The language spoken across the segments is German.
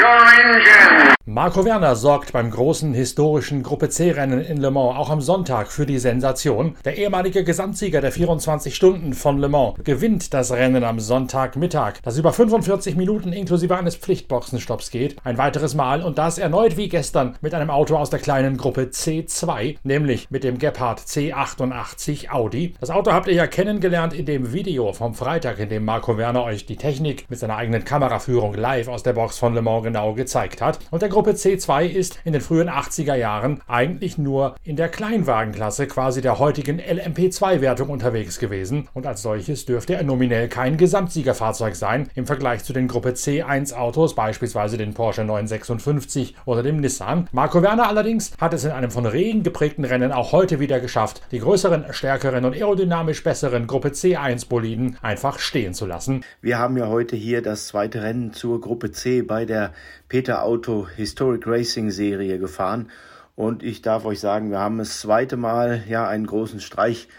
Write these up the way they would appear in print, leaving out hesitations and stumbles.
Marco Werner sorgt beim großen historischen Gruppe C-Rennen in Le Mans auch am Sonntag für die Sensation. Der ehemalige Gesamtsieger der 24 Stunden von Le Mans gewinnt das Rennen am Sonntagmittag, das über 45 Minuten inklusive eines Pflichtboxenstopps geht. Ein weiteres Mal und das erneut wie gestern mit einem Auto aus der kleinen Gruppe C2, nämlich mit dem Gepard C88 Audi. Das Auto habt ihr ja kennengelernt in dem Video vom Freitag, in dem Marco Werner euch die Technik mit seiner eigenen Kameraführung live aus der Box von Le Mans genau gezeigt hat. Und der Gruppe C2 ist in den frühen 80er Jahren eigentlich nur in der Kleinwagenklasse, quasi der heutigen LMP2-Wertung unterwegs gewesen und als solches dürfte er nominell kein Gesamtsiegerfahrzeug sein im Vergleich zu den Gruppe C1 Autos, beispielsweise den Porsche 956 oder dem Nissan. Marco Werner allerdings hat es in einem von Regen geprägten Rennen auch heute wieder geschafft, die größeren, stärkeren und aerodynamisch besseren Gruppe C1 Boliden einfach stehen zu lassen. Wir haben ja heute hier das zweite Rennen zur Gruppe C bei der Peter Auto Historic Racing Serie gefahren und ich darf euch sagen, wir haben das zweite Mal einen großen Streich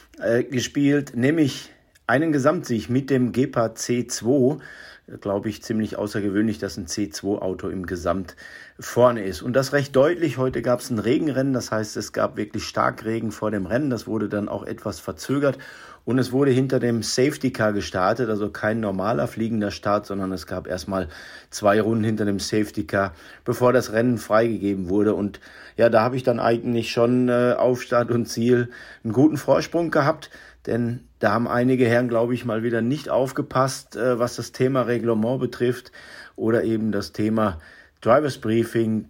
gespielt, nämlich einen Gesamtsieg mit dem Gepard C2. Glaube ich, ziemlich außergewöhnlich, dass ein C2-Auto im Gesamt vorne ist. Und das recht deutlich. Heute gab es ein Regenrennen, das heißt, es gab wirklich Starkregen vor dem Rennen. Das wurde dann auch etwas verzögert und es wurde hinter dem Safety Car gestartet, also kein normaler fliegender Start, sondern es gab erstmal 2 Runden hinter dem Safety Car, bevor das Rennen freigegeben wurde. Und ja, da habe ich dann eigentlich schon auf Start und Ziel einen guten Vorsprung gehabt. Denn da haben einige Herren, glaube ich, mal wieder nicht aufgepasst, was das Thema Reglement betrifft oder eben das Thema Drivers Briefing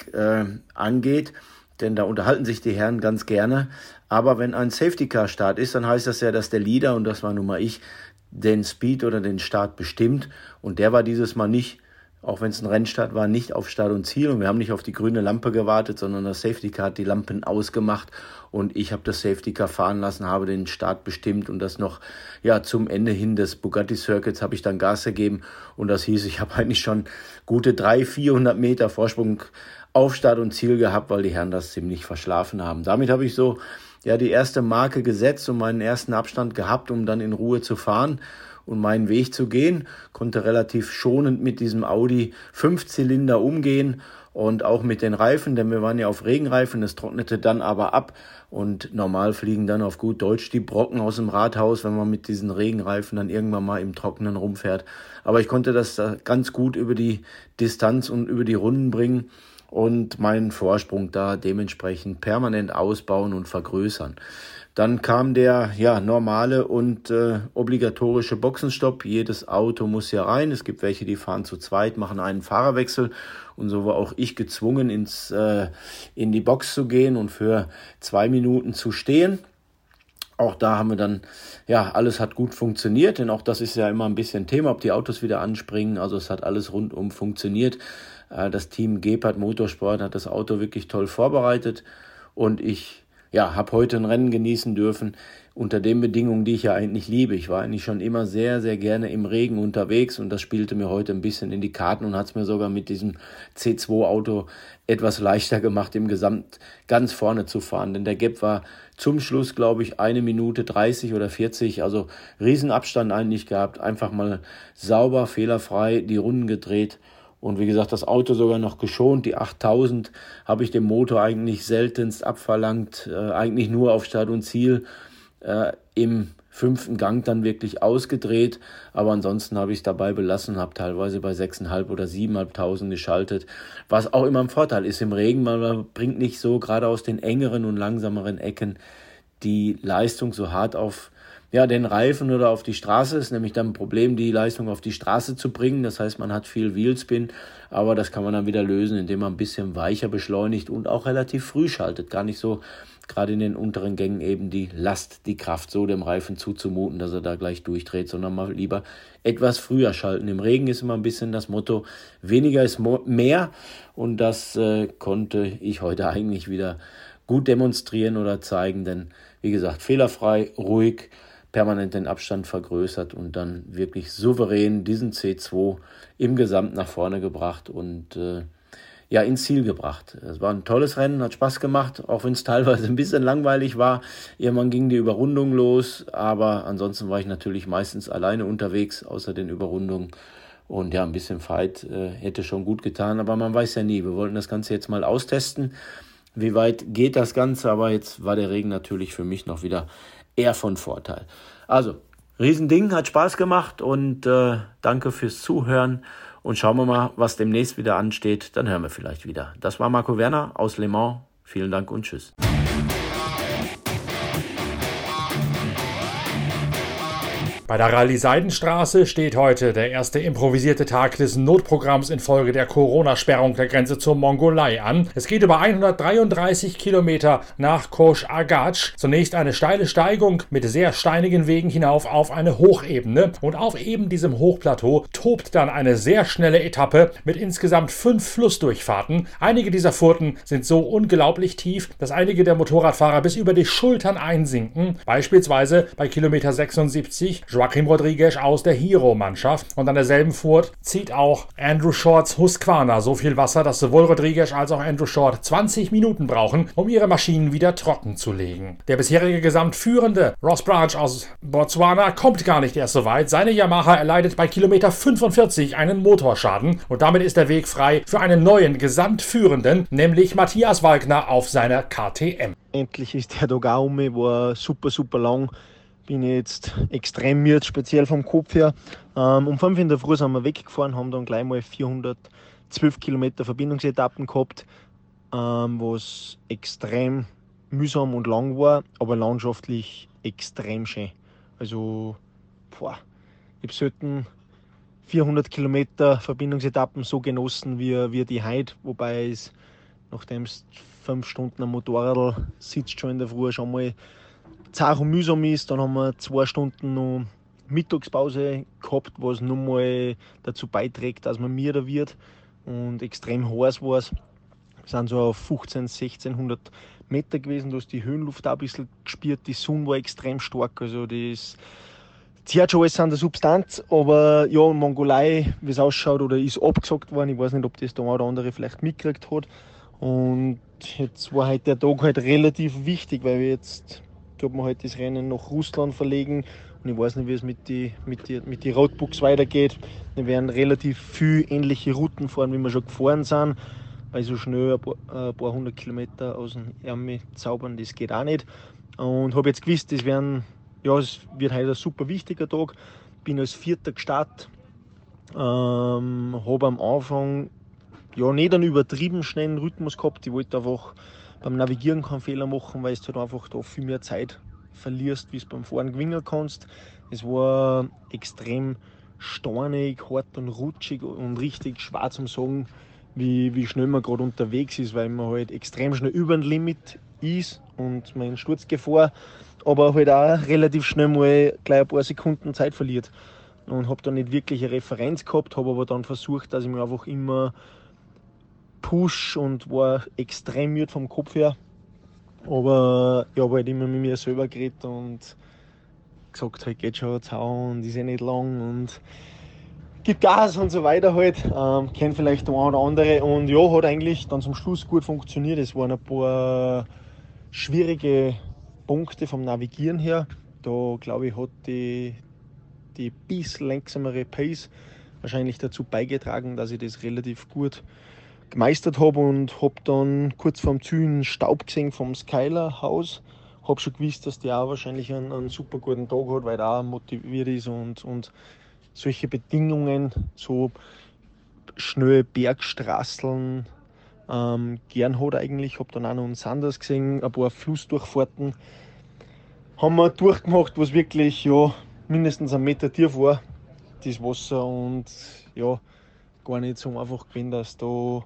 angeht. Denn da unterhalten sich die Herren ganz gerne. Aber wenn ein Safety Car Start ist, dann heißt das ja, dass der Leader, und das war nun mal ich, den Speed oder den Start bestimmt. Und der war dieses Mal nicht, auch wenn es ein Rennstart war, nicht auf Start und Ziel. Und wir haben nicht auf die grüne Lampe gewartet, sondern das Safety Car hat die Lampen ausgemacht. Und ich habe das Safety Car fahren lassen, habe den Start bestimmt und das noch zum Ende hin des Bugatti Circuits habe ich dann Gas gegeben. Und das hieß, ich habe eigentlich schon gute 300-400 Meter Vorsprung auf Start und Ziel gehabt, weil die Herren das ziemlich verschlafen haben. Damit habe ich so die erste Marke gesetzt und meinen ersten Abstand gehabt, um dann in Ruhe zu fahren und meinen Weg zu gehen. Konnte relativ schonend mit diesem Audi 5-Zylinder umgehen und auch mit den Reifen, denn wir waren ja auf Regenreifen, das trocknete dann aber ab und normal fliegen dann auf gut Deutsch die Brocken aus dem Rathaus, wenn man mit diesen Regenreifen dann irgendwann mal im Trockenen rumfährt. Aber ich konnte das ganz gut über die Distanz und über die Runden bringen und meinen Vorsprung da dementsprechend permanent ausbauen und vergrößern. Dann kam der normale und obligatorische Boxenstopp. Jedes Auto muss hier rein. Es gibt welche, die fahren zu zweit, machen einen Fahrerwechsel. Und so war auch ich gezwungen, in die Box zu gehen und für 2 Minuten zu stehen. Auch da haben wir dann, alles hat gut funktioniert, denn auch das ist ja immer ein bisschen Thema, ob die Autos wieder anspringen. Also es hat alles rundum funktioniert. Das Team Gepard Motorsport hat das Auto wirklich toll vorbereitet und ich habe heute ein Rennen genießen dürfen unter den Bedingungen, die ich ja eigentlich liebe. Ich war eigentlich schon immer sehr, sehr gerne im Regen unterwegs und das spielte mir heute ein bisschen in die Karten und hat es mir sogar mit diesem C2-Auto etwas leichter gemacht, im Gesamt ganz vorne zu fahren. Denn der Gap war zum Schluss, glaube ich, 1 Minute 30 oder 40, also Riesenabstand eigentlich gehabt. Einfach mal sauber, fehlerfrei die Runden gedreht. Und wie gesagt, das Auto sogar noch geschont. Die 8000 habe ich dem Motor eigentlich seltenst abverlangt. Eigentlich nur auf Start und Ziel im 5. Gang dann wirklich ausgedreht. Aber ansonsten habe ich es dabei belassen, habe teilweise bei 6.500 oder 7.500 geschaltet. Was auch immer ein Vorteil ist im Regen, weil man bringt nicht so gerade aus den engeren und langsameren Ecken die Leistung so hart auf den Reifen oder auf die Straße. Ist nämlich dann ein Problem, die Leistung auf die Straße zu bringen. Das heißt, man hat viel Wheelspin, aber das kann man dann wieder lösen, indem man ein bisschen weicher beschleunigt und auch relativ früh schaltet. Gar nicht so, gerade in den unteren Gängen eben die Last, die Kraft so dem Reifen zuzumuten, dass er da gleich durchdreht, sondern mal lieber etwas früher schalten. Im Regen ist immer ein bisschen das Motto, weniger ist mehr und das konnte ich heute eigentlich wieder gut demonstrieren oder zeigen, denn wie gesagt, fehlerfrei, ruhig, permanent den Abstand vergrößert und dann wirklich souverän diesen C2 im Gesamt nach vorne gebracht und ins Ziel gebracht. Es war ein tolles Rennen, hat Spaß gemacht, auch wenn es teilweise ein bisschen langweilig war. Irgendwann ging die Überrundung los, aber ansonsten war ich natürlich meistens alleine unterwegs, außer den Überrundungen. Und ja, ein bisschen Fight hätte schon gut getan, aber man weiß ja nie. Wir wollten das Ganze jetzt mal austesten. Wie weit geht das Ganze? Aber jetzt war der Regen natürlich für mich noch wieder eher von Vorteil. Also, Riesending, hat Spaß gemacht und danke fürs Zuhören. Und schauen wir mal, was demnächst wieder ansteht. Dann hören wir vielleicht wieder. Das war Marco Werner aus Le Mans. Vielen Dank und tschüss. Bei der Rallye Seidenstraße steht heute der erste improvisierte Tag des Notprogramms infolge der Corona-Sperrung der Grenze zur Mongolei an. Es geht über 133 Kilometer nach Kosh Agach. Zunächst eine steile Steigung mit sehr steinigen Wegen hinauf auf eine Hochebene. Und auf eben diesem Hochplateau tobt dann eine sehr schnelle Etappe mit insgesamt 5 Flussdurchfahrten. Einige dieser Furten sind so unglaublich tief, dass einige der Motorradfahrer bis über die Schultern einsinken. Beispielsweise bei Kilometer 76 Joaquim Rodriguez aus der Hero-Mannschaft. Und an derselben Furt zieht auch Andrew Shorts Husqvarna so viel Wasser, dass sowohl Rodriguez als auch Andrew Short 20 Minuten brauchen, um ihre Maschinen wieder trocken zu legen. Der bisherige Gesamtführende Ross Branch aus Botswana kommt gar nicht erst so weit. Seine Yamaha erleidet bei Kilometer 45 einen Motorschaden und damit ist der Weg frei für einen neuen Gesamtführenden, nämlich Matthias Walkner auf seiner KTM. Endlich ist der Tag auch war super lang. Bin jetzt extrem müde, speziell vom Kopf her. Um 5 in der Früh sind wir weggefahren, haben dann gleich mal 412 Kilometer Verbindungsetappen gehabt, was extrem mühsam und lang war, aber landschaftlich extrem schön. Also, ich habe selten 400 Kilometer Verbindungsetappen so genossen wie die heute, wobei es, nachdem es 5 Stunden am Motorrad sitzt, schon in der Früh schon mal zart und mühsam ist. Dann haben wir 2 Stunden noch Mittagspause gehabt, was nochmal dazu beiträgt, dass man müder wird und extrem heiß war es. Wir sind so auf 1600 Meter gewesen, da ist die Höhenluft auch ein bisschen gespürt, die Sonne war extrem stark, also das zieht schon alles an der Substanz, aber ja, Mongolei, wie es ausschaut, oder ist abgesagt worden, ich weiß nicht, ob das der eine oder andere vielleicht mitgekriegt hat. Und jetzt war heute der Tag halt relativ wichtig, weil wir jetzt man halt das Rennen nach Russland verlegen und ich weiß nicht, wie es mit die Roadbooks weitergeht. Wir werden relativ viel ähnliche Routen fahren, wie wir schon gefahren sind, weil so schnell ein paar 100 Kilometer aus dem Ärmel zaubern, das geht auch nicht. Und habe jetzt gewusst, es wird heute ein super wichtiger Tag. Bin als Vierter gestartet, habe am Anfang nicht einen übertrieben schnellen Rhythmus gehabt. Ich wollte einfach beim Navigieren keinen Fehler machen, weil du halt einfach da viel mehr Zeit verlierst, wie du beim Fahren gewinnen kannst. Es war extrem steinig, hart und rutschig und richtig schwer zum sagen, wie schnell man gerade unterwegs ist, weil man halt extrem schnell über dem Limit ist und man in Sturzgefahr, aber halt auch relativ schnell mal gleich ein paar Sekunden Zeit verliert. Und habe da nicht wirklich eine Referenz gehabt, habe aber dann versucht, dass ich mich einfach immer push und war extrem müde vom Kopf her. Aber ich habe halt immer mit mir selber geredet und gesagt, halt geht schon jetzt und ist nicht lang und gibt Gas und so weiter halt. Kennt vielleicht der eine oder andere und ja, hat eigentlich dann zum Schluss gut funktioniert. Es waren ein paar schwierige Punkte vom Navigieren her. Da glaube ich, hat die bisschen langsamere Pace wahrscheinlich dazu beigetragen, dass ich das relativ gut gemeistert habe und habe dann kurz vorm Ziel einen Staub gesehen vom Skyler Haus. Habe schon gewusst, dass der auch wahrscheinlich einen super guten Tag hat, weil er auch motiviert ist und solche Bedingungen, so schnelle Bergstraßeln gern hat eigentlich. Ich habe dann auch noch einen Sanders gesehen, ein paar Flussdurchfahrten haben wir durchgemacht, was wirklich mindestens 1 Meter tief war, das Wasser, und gar nicht so einfach gewesen, dass du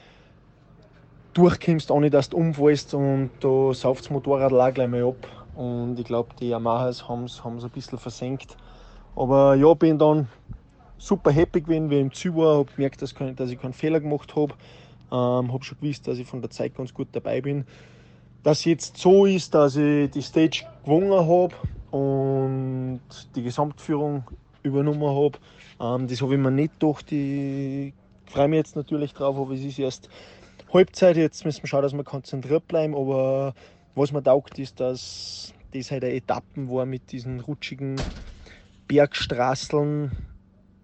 durchkommst, ohne dass du umfällst, und da sauft das Motorrad auch gleich mal ab. Und ich glaube, die Yamahas haben es ein bisschen versenkt. Aber ja, bin dann super happy gewesen, wie ich im Ziel war. Habe gemerkt, dass ich keinen Fehler gemacht habe. Habe schon gewusst, dass ich von der Zeit ganz gut dabei bin. Dass es jetzt so ist, dass ich die Stage gewonnen habe und die Gesamtführung übernommen habe, das habe ich mir nicht gedacht. Ich freue mich jetzt natürlich drauf, aber es ist erst Halbzeit. Jetzt müssen wir schauen, dass wir konzentriert bleiben. Aber was mir taugt, ist, dass das halt eine Etappen war mit diesen rutschigen Bergstraßeln,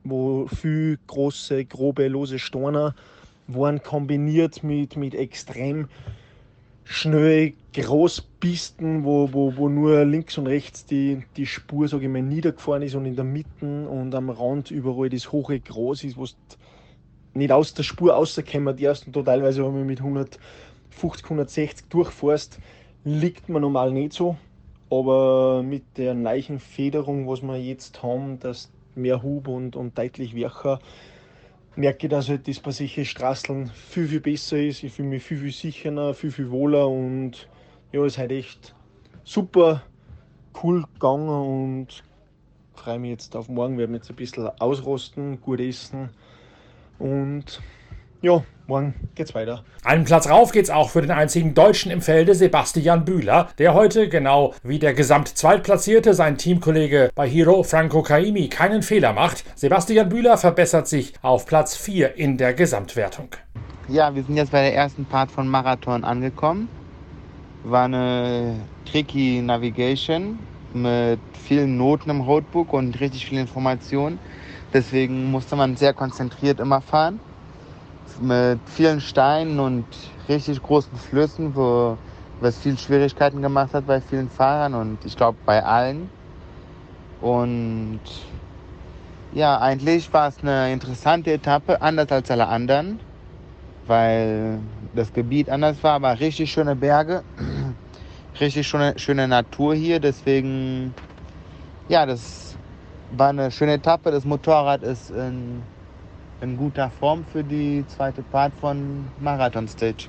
wo viel große, grobe, lose Steine waren, kombiniert mit extrem schnell Großpisten, wo nur links und rechts die Spur, sage ich mal, niedergefahren ist und in der Mitte und am Rand überall das hohe Gras ist, wo du nicht aus der Spur rauskommen darfst und da teilweise, wenn man mit 150, 160 durchfährst, liegt man normal nicht so. Aber mit der neuen Federung, was wir jetzt haben, dass mehr Hub und deutlich wärcher, merke ich, dass halt das bei solchen Straßeln viel, viel besser ist. Ich fühle mich viel, viel sicherer, viel, viel wohler und ja, es ist halt echt super cool gegangen und freue mich jetzt auf morgen. Wir werden jetzt ein bisschen ausrosten, gut essen und ja, morgen geht's weiter. Einen Platz rauf geht's auch für den einzigen Deutschen im Felde, Sebastian Bühler, der heute, genau wie der Gesamtzweitplatzierte, sein Teamkollege bei Hiro Franco Kaimi, keinen Fehler macht. Sebastian Bühler verbessert sich auf Platz 4 in der Gesamtwertung. Ja, wir sind jetzt bei der ersten Part von Marathon angekommen. War eine tricky Navigation mit vielen Noten im Roadbook und richtig viel Information. Deswegen musste man sehr konzentriert immer fahren. Mit vielen Steinen und richtig großen Flüssen, wo es viel Schwierigkeiten gemacht hat bei vielen Fahrern und ich glaube bei allen. Und ja, eigentlich war es eine interessante Etappe, anders als alle anderen, weil das Gebiet anders war, aber richtig schöne Berge, richtig schöne Natur hier. Deswegen, ja, das war eine schöne Etappe. Das Motorrad ist in guter Form für die zweite Part von Marathon Stage.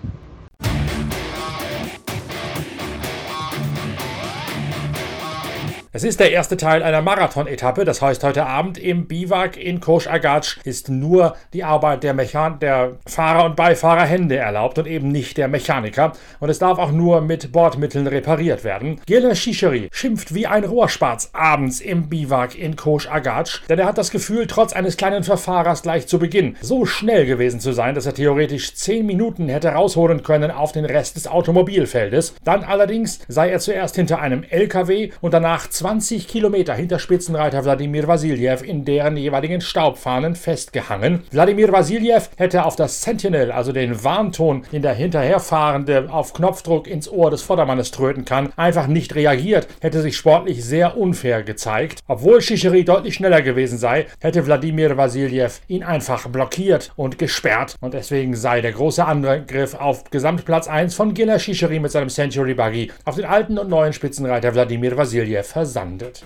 Es ist der erste Teil einer Marathon-Etappe, das heißt heute Abend im Biwak in Kosh Agach ist nur die Arbeit der Fahrer und Beifahrerhände erlaubt und eben nicht der Mechaniker und es darf auch nur mit Bordmitteln repariert werden. Gilles Chichery schimpft wie ein Rohrspatz abends im Biwak in Kosh Agach, denn er hat das Gefühl, trotz eines kleinen Verfahrers gleich zu Beginn so schnell gewesen zu sein, dass er theoretisch 10 Minuten hätte rausholen können auf den Rest des Automobilfeldes. Dann allerdings sei er zuerst hinter einem LKW und danach 20 Kilometer hinter Spitzenreiter Wladimir Vasiljev in deren jeweiligen Staubfahnen festgehangen. Wladimir Vasiljev hätte auf das Sentinel, also den Warnton, den der Hinterherfahrende auf Knopfdruck ins Ohr des Vordermannes tröten kann, einfach nicht reagiert, hätte sich sportlich sehr unfair gezeigt. Obwohl Chichery deutlich schneller gewesen sei, hätte Wladimir Vasiljev ihn einfach blockiert und gesperrt und deswegen sei der große Angriff auf Gesamtplatz 1 von Gilles Chichery mit seinem Century Buggy auf den alten und neuen Spitzenreiter Wladimir Vasiljev versandet.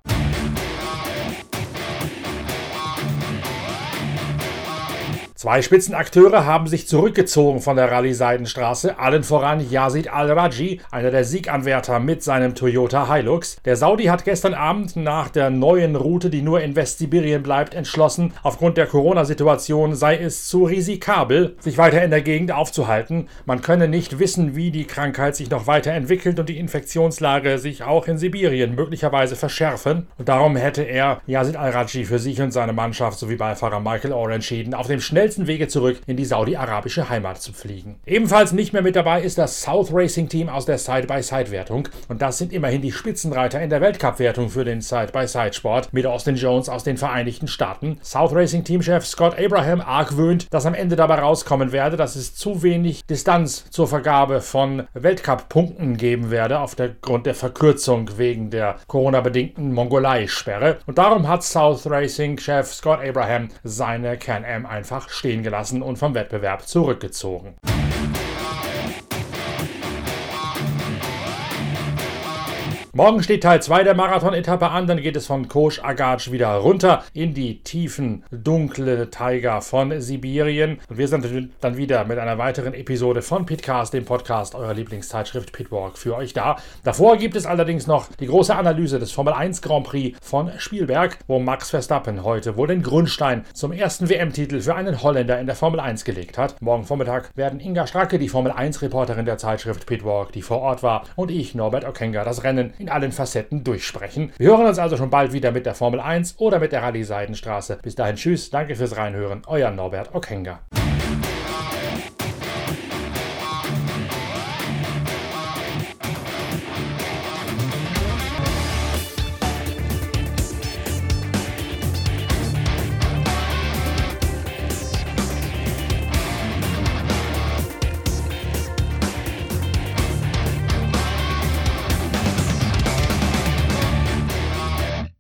Zwei Spitzenakteure haben sich zurückgezogen von der Rallye-Seidenstraße, allen voran Yazid Al-Rajhi, einer der Sieganwärter mit seinem Toyota Hilux. Der Saudi hat gestern Abend nach der neuen Route, die nur in Westsibirien bleibt, entschlossen, aufgrund der Corona-Situation sei es zu risikabel, sich weiter in der Gegend aufzuhalten. Man könne nicht wissen, wie die Krankheit sich noch weiter entwickelt und die Infektionslage sich auch in Sibirien möglicherweise verschärfen. Und darum hätte er, Yazid Al-Rajhi, für sich und seine Mannschaft sowie Beifahrer Michael Orr entschieden, auf dem schnellsten Wege zurück in die saudi-arabische Heimat zu fliegen. Ebenfalls nicht mehr mit dabei ist das South Racing Team aus der Side-by-Side-Wertung und das sind immerhin die Spitzenreiter in der Weltcup-Wertung für den Side-by-Side-Sport mit Austin Jones aus den Vereinigten Staaten. South Racing Teamchef Scott Abraham argwöhnt, dass am Ende dabei rauskommen werde, dass es zu wenig Distanz zur Vergabe von Weltcup-Punkten geben werde aufgrund der Verkürzung wegen der Corona-bedingten Mongolei-Sperre und darum hat South Racing-Chef Scott Abraham seine Can-Am einfach stehen gelassen und vom Wettbewerb zurückgezogen. Morgen steht Teil 2 der Marathon-Etappe an, dann geht es von Kosh Agach wieder runter in die tiefen, dunkle Taiga von Sibirien. Und wir sind dann wieder mit einer weiteren Episode von Pitcast, dem Podcast eurer Lieblingszeitschrift Pitwalk, für euch da. Davor gibt es allerdings noch die große Analyse des Formel 1 Grand Prix von Spielberg, wo Max Verstappen heute wohl den Grundstein zum ersten WM-Titel für einen Holländer in der Formel 1 gelegt hat. Morgen Vormittag werden Inga Stracke, die Formel 1-Reporterin der Zeitschrift Pitwalk, die vor Ort war, und ich, Norbert Okenga, das Rennen in allen Facetten durchsprechen. Wir hören uns also schon bald wieder mit der Formel 1 oder mit der Rallye Seidenstraße. Bis dahin tschüss, danke fürs Reinhören, euer Norbert Okenga.